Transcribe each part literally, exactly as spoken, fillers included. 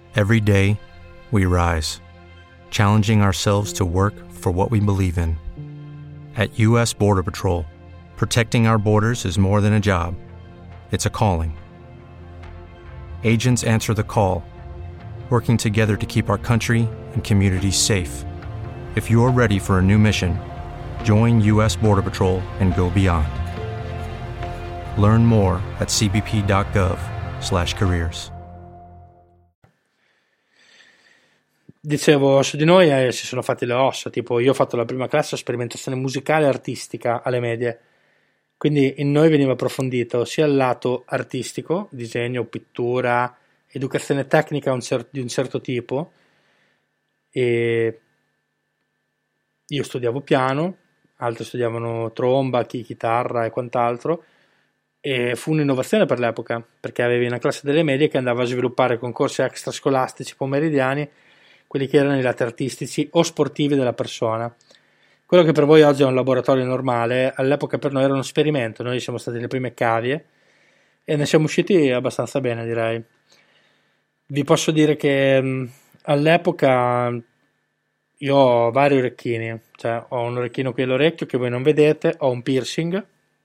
Every day, we rise, challenging ourselves to work for what we believe in. At U S Border Patrol, protecting our borders is more than a job. It's a calling. Agents answer the call, working together to keep our country and communities safe. If you're ready for a new mission, join U S Border Patrol and go beyond. Learn more at c b p dot gov slash careers. Dicevo, su di noi eh, si sono fatti le ossa, tipo io ho fatto la prima classe sperimentazione musicale e artistica alle medie, quindi in noi veniva approfondito sia il lato artistico, disegno, pittura, educazione tecnica un cer- di un certo tipo, e io studiavo piano, altri studiavano tromba, chi chitarra e quant'altro, e fu un'innovazione per l'epoca, perché avevi una classe delle medie che andava a sviluppare concorsi extrascolastici pomeridiani, quelli che erano i lati artistici o sportivi della persona. Quello che per voi oggi è un laboratorio normale, all'epoca per noi era uno esperimento, noi siamo stati le prime cavie e ne siamo usciti abbastanza bene, direi. Vi posso dire che mh, all'epoca io ho vari orecchini, cioè ho un orecchino qui all'orecchio che voi non vedete, ho un piercing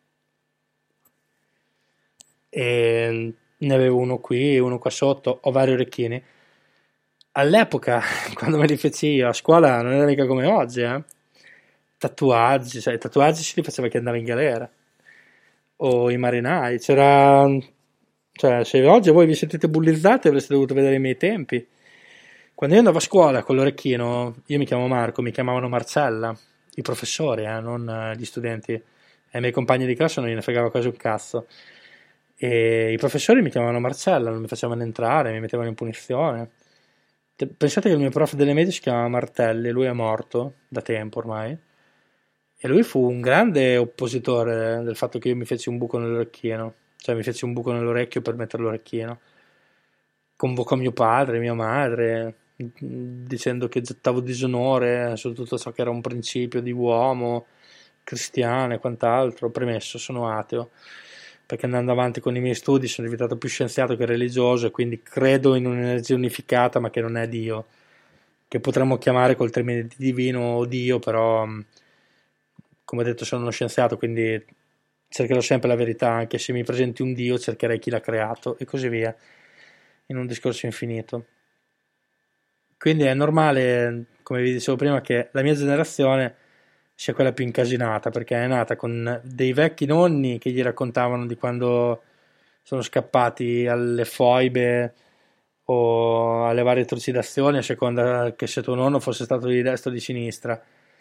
e ne avevo uno qui, uno qua sotto, ho vari orecchini. All'epoca, quando me li feci io a scuola, non era mica come oggi, eh? Tatuaggi, cioè i tatuaggi si li faceva chi andava in galera, o i marinai, c'era, cioè se oggi voi vi sentite bullizzati avreste dovuto vedere i miei tempi. Quando io andavo a scuola con l'orecchino, io mi chiamo Marco, mi chiamavano Marcella, i professori, eh, non gli studenti, e i miei compagni di classe non gliene fregava quasi un cazzo, e i professori mi chiamavano Marcella, non mi facevano entrare, mi mettevano in punizione. Pensate che il mio prof delle medie si chiamava Martelli, lui è morto da tempo ormai, e lui fu un grande oppositore del fatto che io mi feci un buco nell'orecchino, cioè mi feci un buco nell'orecchio per mettere l'orecchino. Convocò mio padre, mia madre, dicendo che gettavo disonore su tutto ciò che era un principio di uomo, cristiano e quant'altro. Premesso, sono ateo, perché andando avanti con i miei studi sono diventato più scienziato che religioso e quindi credo in un'energia unificata ma che non è Dio, che potremmo chiamare col termine di divino o Dio, però come ho detto sono uno scienziato, quindi cercherò sempre la verità, anche se mi presenti un Dio cercherei chi l'ha creato e così via, in un discorso infinito. Quindi è normale, come vi dicevo prima, che la mia generazione sia quella più incasinata, perché è nata con dei vecchi nonni che gli raccontavano di quando sono scappati alle foibe o alle varie trucidazioni, a seconda che se tuo nonno fosse stato di destra o di sinistra.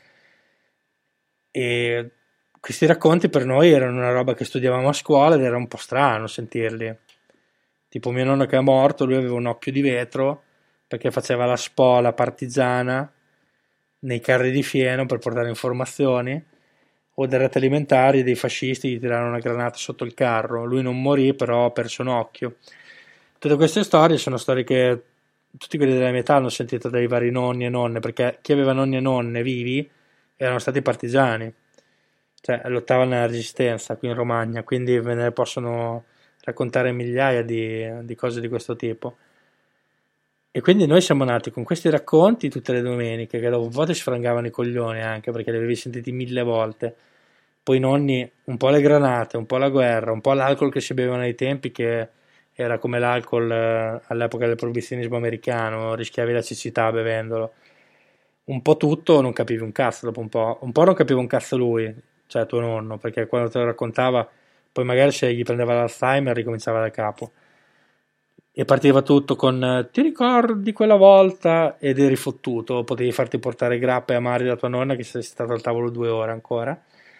E questi racconti per noi erano una roba che studiavamo a scuola ed era un po' strano sentirli. Tipo mio nonno che è morto, lui aveva un occhio di vetro perché faceva la spola partigiana nei carri di fieno per portare informazioni, o delle reti alimentari dei fascisti gli tirarono una granata sotto il carro, lui non morì però ha perso un occhio. Tutte queste storie sono storie che tutti quelli della mia età hanno sentito dai vari nonni e nonne, perché chi aveva nonni e nonne vivi erano stati partigiani, cioè lottavano nella resistenza qui in Romagna, quindi ve ne possono raccontare migliaia di, di cose di questo tipo. E quindi noi siamo nati con questi racconti tutte le domeniche, che dopo un po' ti sfrangavano i coglioni anche perché li avevi sentiti mille volte. Poi i nonni, un po' le granate, un po' la guerra, un po' l'alcol che si bevevano ai tempi, che era come l'alcol eh, all'epoca del proibizionismo americano, rischiavi la cecità bevendolo. Un po' tutto, non capivi un cazzo dopo un po'. Un po' non capiva un cazzo lui, cioè tuo nonno, perché quando te lo raccontava, poi magari se gli prendeva l'Alzheimer ricominciava da capo. E partiva tutto con ti ricordi quella volta ed eri fottuto, potevi farti portare grappa e amari da tua nonna che sei stato al tavolo due ore ancora.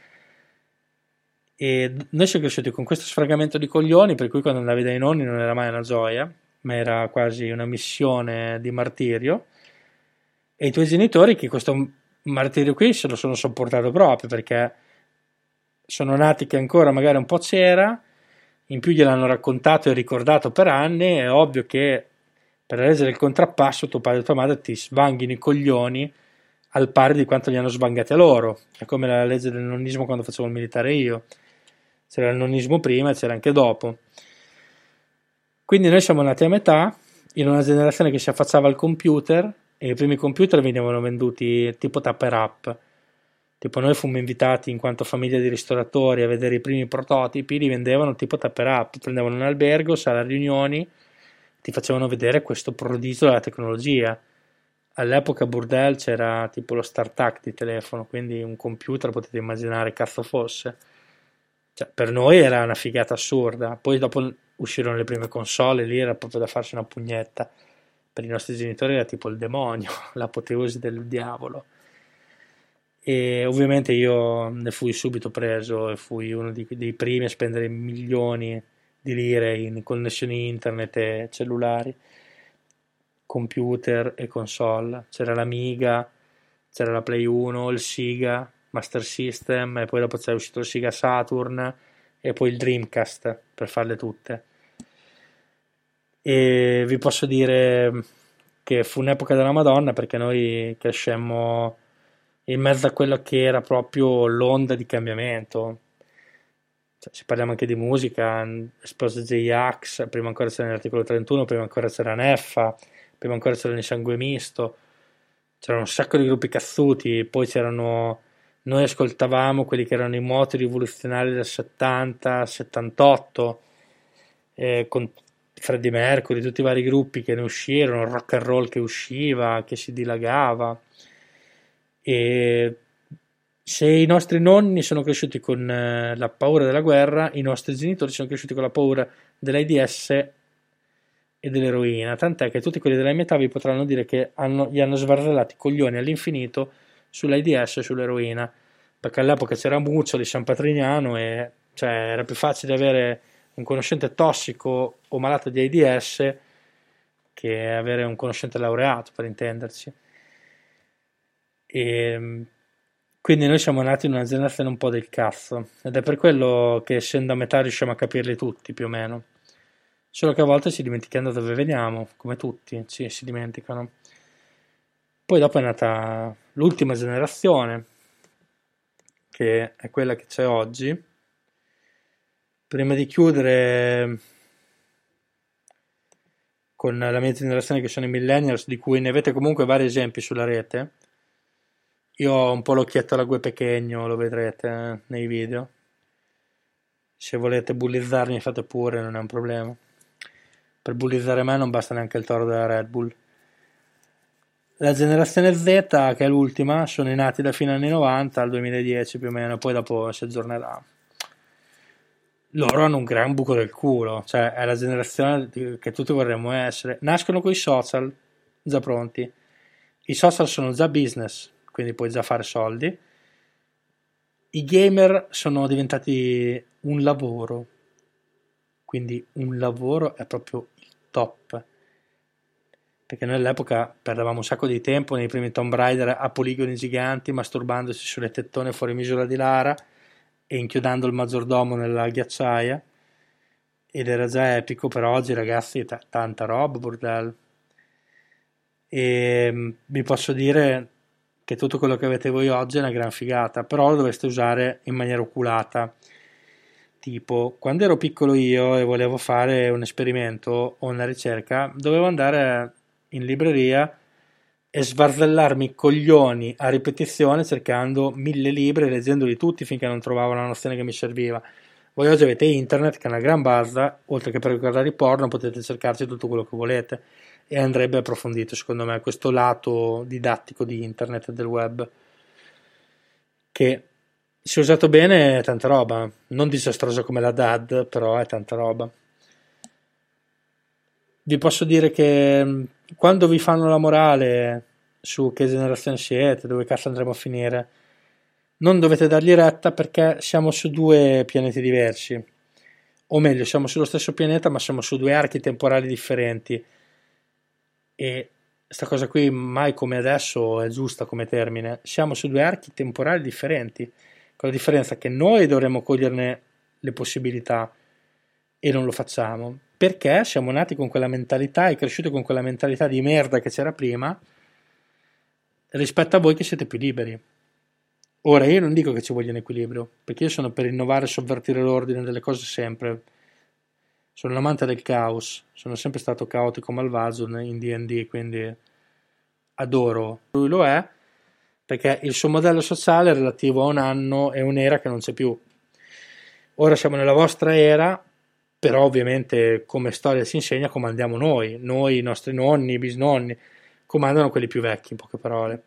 E noi siamo cresciuti con questo sfragamento di coglioni, per cui quando andavi dai nonni non era mai una gioia, ma era quasi una missione di martirio, e i tuoi genitori che questo martirio qui se lo sono sopportato proprio, perché sono nati che ancora magari un po' c'era, in più gliel'hanno raccontato e ricordato per anni, è ovvio che per leggere il contrappasso tuo padre e tua madre ti svanghino i coglioni al pari di quanto li hanno svangati a loro. È come la legge del nonnismo quando facevo il militare io, c'era il nonnismo prima e c'era anche dopo. Quindi noi siamo nati a metà in una generazione che si affacciava al computer, e i primi computer venivano venduti tipo Tupper Up. Tipo noi fummo invitati in quanto famiglia di ristoratori a vedere i primi prototipi, li vendevano tipo Tupper Up, prendevano un albergo, sala riunioni, ti facevano vedere questo prodigio della tecnologia. All'epoca Burdel c'era tipo lo StarTAC di telefono, quindi un computer potete immaginare cazzo fosse. Cioè, per noi era una figata assurda. Poi dopo uscirono le prime console, lì era proprio da farsi una pugnetta. Per i nostri genitori era tipo il demonio, l'apoteosi del diavolo. E ovviamente io ne fui subito preso e fui uno di- dei primi a spendere milioni di lire in connessioni internet e cellulari, computer e console. C'era l'Amiga, c'era la Play uno, il Sega Master System, e poi dopo c'è uscito il Sega Saturn e poi il Dreamcast, per farle tutte. E vi posso dire che fu un'epoca della Madonna, perché noi crescemmo in mezzo a quello che era proprio l'onda di cambiamento. Cioè, se parliamo anche di musica, esplose J-Ax, prima ancora c'era l'articolo trentuno, prima ancora c'era Neffa, prima ancora c'erano i Sangue Misto, c'erano un sacco di gruppi cazzuti, poi c'erano, noi ascoltavamo quelli che erano i moti rivoluzionari del settanta settantotto, eh, con Freddie Mercury, tutti i vari gruppi che ne uscirono, il rock and roll che usciva, che si dilagava. E se i nostri nonni sono cresciuti con eh, la paura della guerra, i nostri genitori sono cresciuti con la paura dell'AIDS e dell'eroina, tant'è che tutti quelli della mia età vi potranno dire che hanno, gli hanno sbarrellati i coglioni all'infinito sull'AIDS e sull'eroina, perché all'epoca c'era Muccioli, San Patrignano, e cioè era più facile avere un conoscente tossico o malato di AIDS che avere un conoscente laureato, per intenderci. E quindi noi siamo nati in una generazione un po' del cazzo, ed è per quello che essendo a metà riusciamo a capirli tutti più o meno, solo che a volte ci dimentichiamo da dove veniamo, come tutti ci si dimenticano. Poi dopo è nata l'ultima generazione, che è quella che c'è oggi. Prima di chiudere con la mia generazione, che sono i millennials, di cui ne avete comunque vari esempi sulla rete. Io ho un po' l'occhietto alla Gue Pechegno, lo vedrete eh, nei video. Se volete bullizzarmi fate pure, non è un problema. Per bullizzare me non basta neanche il toro della Red Bull. La generazione Z, che è l'ultima, sono i nati da fine anni novanta al duemiladieci più o meno, poi dopo si aggiornerà. Loro hanno un gran buco del culo, cioè è la generazione che tutti vorremmo essere. Nascono con i social già pronti. I social sono già business, quindi puoi già fare soldi. I gamer sono diventati un lavoro, quindi un lavoro è proprio il top, perché noi all'epoca perdevamo un sacco di tempo nei primi Tomb Raider a poligoni giganti, masturbandosi sulle tettone fuori misura di Lara e inchiodando il maggiordomo nella ghiacciaia, ed era già epico. Per oggi ragazzi t- tanta roba, bordello. E vi posso dire che tutto quello che avete voi oggi è una gran figata, però lo dovreste usare in maniera oculata. Tipo, quando ero piccolo io e volevo fare un esperimento o una ricerca, dovevo andare in libreria e svarzellarmi i coglioni a ripetizione cercando mille libri e leggendoli tutti finché non trovavo la nozione che mi serviva. Voi oggi avete internet, che è una gran base, oltre che per guardare i porno potete cercarci tutto quello che volete, e andrebbe approfondito secondo me questo lato didattico di internet e del web, che se usato bene è tanta roba, non disastrosa come la D A D, però è tanta roba. Vi posso dire che quando vi fanno la morale su che generazione siete, dove cazzo andremo a finire, non dovete dargli retta, perché siamo su due pianeti diversi, o meglio siamo sullo stesso pianeta ma siamo su due archi temporali differenti, e sta cosa qui mai come adesso è giusta come termine. Siamo su due archi temporali differenti, con la differenza che noi dovremmo coglierne le possibilità e non lo facciamo, perché siamo nati con quella mentalità e cresciuti con quella mentalità di merda che c'era prima, rispetto a voi che siete più liberi. Ora io non dico che ci voglia un equilibrio, perché io sono per innovare e sovvertire l'ordine delle cose sempre, Sono un amante del caos, sono sempre stato caotico malvagio in D and D, quindi adoro. Lui lo è perché il suo modello sociale è relativo a un anno e un'era che non c'è più. Ora siamo nella vostra era, però ovviamente come storia si insegna comandiamo noi, noi, i nostri nonni, i bisnonni, comandano quelli più vecchi, in poche parole.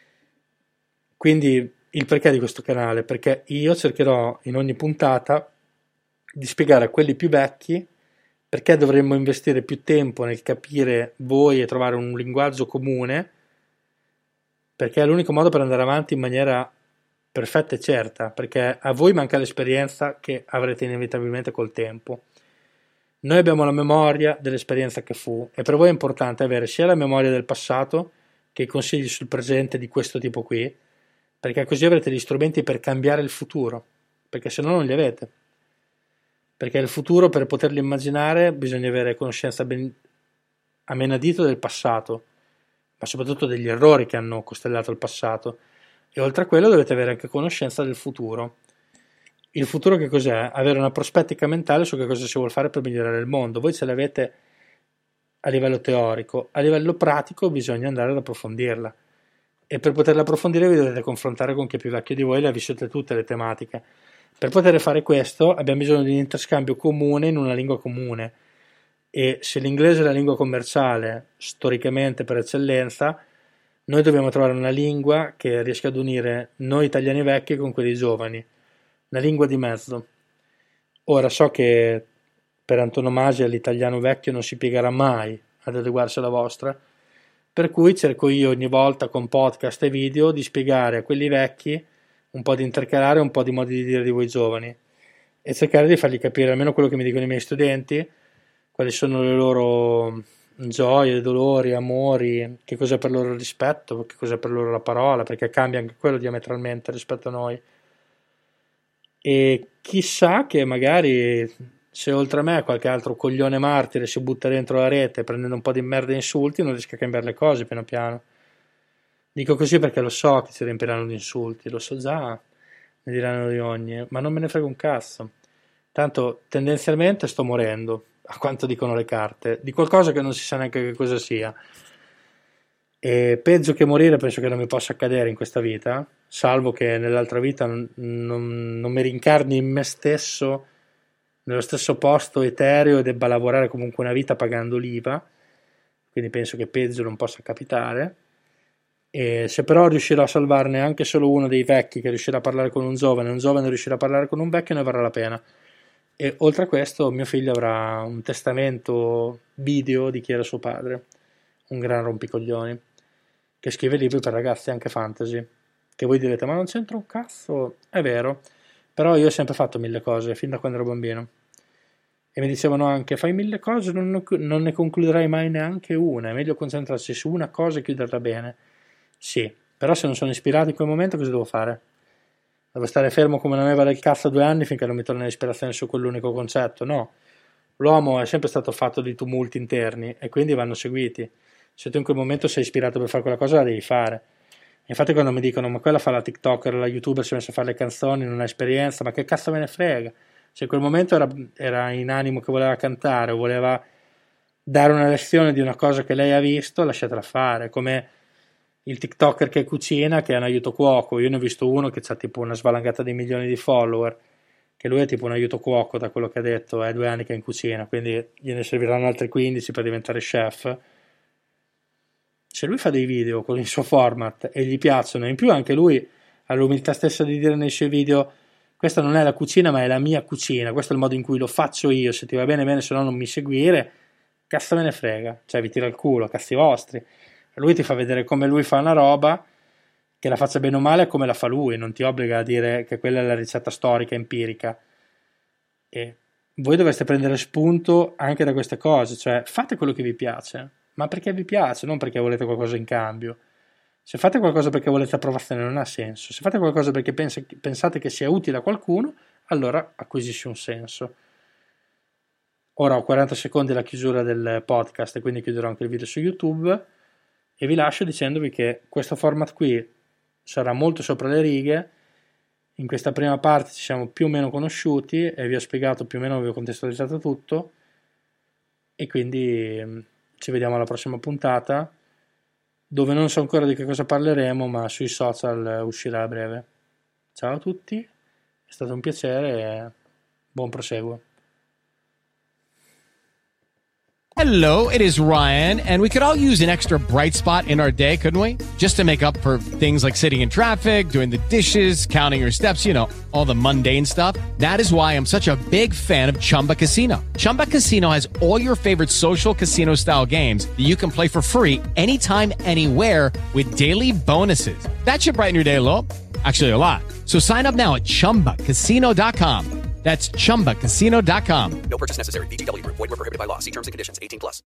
Quindi il perché di questo canale? Perché io cercherò in ogni puntata di spiegare a quelli più vecchi perché dovremmo investire più tempo nel capire voi e trovare un linguaggio comune, perché è l'unico modo per andare avanti in maniera perfetta e certa, perché a voi manca l'esperienza che avrete inevitabilmente col tempo. Noi abbiamo la memoria dell'esperienza che fu, e per voi è importante avere sia la memoria del passato che i consigli sul presente di questo tipo qui, perché così avrete gli strumenti per cambiare il futuro, perché se no non li avete. Perché il futuro, per poterlo immaginare, bisogna avere conoscenza ben a menadito del passato, ma soprattutto degli errori che hanno costellato il passato, e oltre a quello dovete avere anche conoscenza del futuro. Il futuro che cos'è? Avere una prospettica mentale su che cosa si vuole fare per migliorare il mondo. Voi ce l'avete a livello teorico, a livello pratico bisogna andare ad approfondirla, e per poterla approfondire vi dovete confrontare con chi è più vecchio di voi e le ha vissute tutte le tematiche. Per poter fare questo abbiamo bisogno di un interscambio comune in una lingua comune, e se l'inglese è la lingua commerciale storicamente per eccellenza, noi dobbiamo trovare una lingua che riesca ad unire noi italiani vecchi con quelli giovani, una lingua di mezzo. Ora so che per antonomasia l'italiano vecchio non si piegherà mai ad adeguarsi alla vostra, per cui cerco io ogni volta con podcast e video di spiegare a quelli vecchi un po' di intercalare un po' di modi di dire di voi giovani, e cercare di fargli capire almeno quello che mi dicono i miei studenti, quali sono le loro gioie, dolori, amori, che cos'è per loro il rispetto, che cos'è per loro la parola, perché cambia anche quello diametralmente rispetto a noi. E chissà che magari se oltre a me qualche altro coglione martire si butta dentro la rete prendendo un po' di merda e insulti, non riesca a cambiare le cose piano piano. Dico così perché lo so che ci riempiranno di insulti, lo so già, ne diranno di ogni, ma non me ne frega un cazzo. Tanto tendenzialmente sto morendo, a quanto dicono le carte, di qualcosa che non si sa neanche che cosa sia. E peggio che morire penso che non mi possa accadere in questa vita, salvo che nell'altra vita non, non, non mi rincarni in me stesso nello stesso posto etereo e debba lavorare comunque una vita pagando l'I V A, quindi penso che peggio non possa capitare. E se però riuscirò a salvarne anche solo uno dei vecchi che riuscirà a parlare con un giovane, un giovane riuscirà a parlare con un vecchio, ne varrà la pena. E oltre a questo mio figlio avrà un testamento video di chi era suo padre, un gran rompicoglioni, che scrive libri per ragazzi anche fantasy, che voi direte ma non c'entra un cazzo, è vero, però io ho sempre fatto mille cose fin da quando ero bambino, e mi dicevano anche fai mille cose, non, non ne concluderai mai neanche una, è meglio concentrarsi su una cosa e chiuderla bene. Sì, però se non sono ispirato in quel momento cosa devo fare? Devo stare fermo come una meva del cazzo due anni finché non mi torna l'ispirazione su quell'unico concetto? No, l'uomo è sempre stato fatto di tumulti interni e quindi vanno seguiti. Se tu in quel momento sei ispirato per fare quella cosa la devi fare. Infatti quando mi dicono ma quella fa la TikToker, la YouTuber, si è messa a fare le canzoni, non ha esperienza, ma che cazzo me ne frega? Se in quel momento era, era in animo che voleva cantare o voleva dare una lezione di una cosa che lei ha visto, lasciatela fare, come il TikToker che cucina, che è un aiuto cuoco. Io ne ho visto uno che ha tipo una svalangata di milioni di follower, che lui è tipo un aiuto cuoco, da quello che ha detto, è due anni che è in cucina, quindi gliene serviranno altri quindici per diventare chef. Se lui fa dei video con il suo format e gli piacciono, in più anche lui ha l'umiltà stessa di dire nei suoi video questa non è la cucina ma è la mia cucina, questo è il modo in cui lo faccio io, se ti va bene bene, se no non mi seguire, cazzo me ne frega, cioè vi tira il culo, cazzi vostri. Lui ti fa vedere come lui fa una roba, che la faccia bene o male come la fa lui, non ti obbliga a dire che quella è la ricetta storica empirica. E voi dovreste prendere spunto anche da queste cose, cioè fate quello che vi piace, ma perché vi piace, non perché volete qualcosa in cambio. Se fate qualcosa perché volete approvazione non ha senso, se fate qualcosa perché pens- pensate che sia utile a qualcuno, allora acquisisce un senso. Ora ho quaranta secondi alla chiusura del podcast e quindi chiuderò anche il video su YouTube. E vi lascio dicendovi che questo format qui sarà molto sopra le righe. In questa prima parte ci siamo più o meno conosciuti e vi ho spiegato più o meno, vi ho contestualizzato tutto. e quindi ci vediamo alla prossima puntata, dove non so ancora di che cosa parleremo, ma sui social uscirà a breve. Ciao a tutti, è stato un piacere e buon proseguo. Hello, it is Ryan, and we could all use an extra bright spot in our day, couldn't we? Just to make up for things like sitting in traffic, doing the dishes, counting your steps, you know, all the mundane stuff. That is why I'm such a big fan of Chumba Casino. Chumba Casino has all your favorite social casino-style games that you can play for free anytime, anywhere with daily bonuses. That should brighten your day a little. Actually, a lot. So sign up now at chumba casino dot com. That's chumba casino dot com. No purchase necessary. V G W Group. Void where prohibited by law. See terms and conditions. eighteen plus.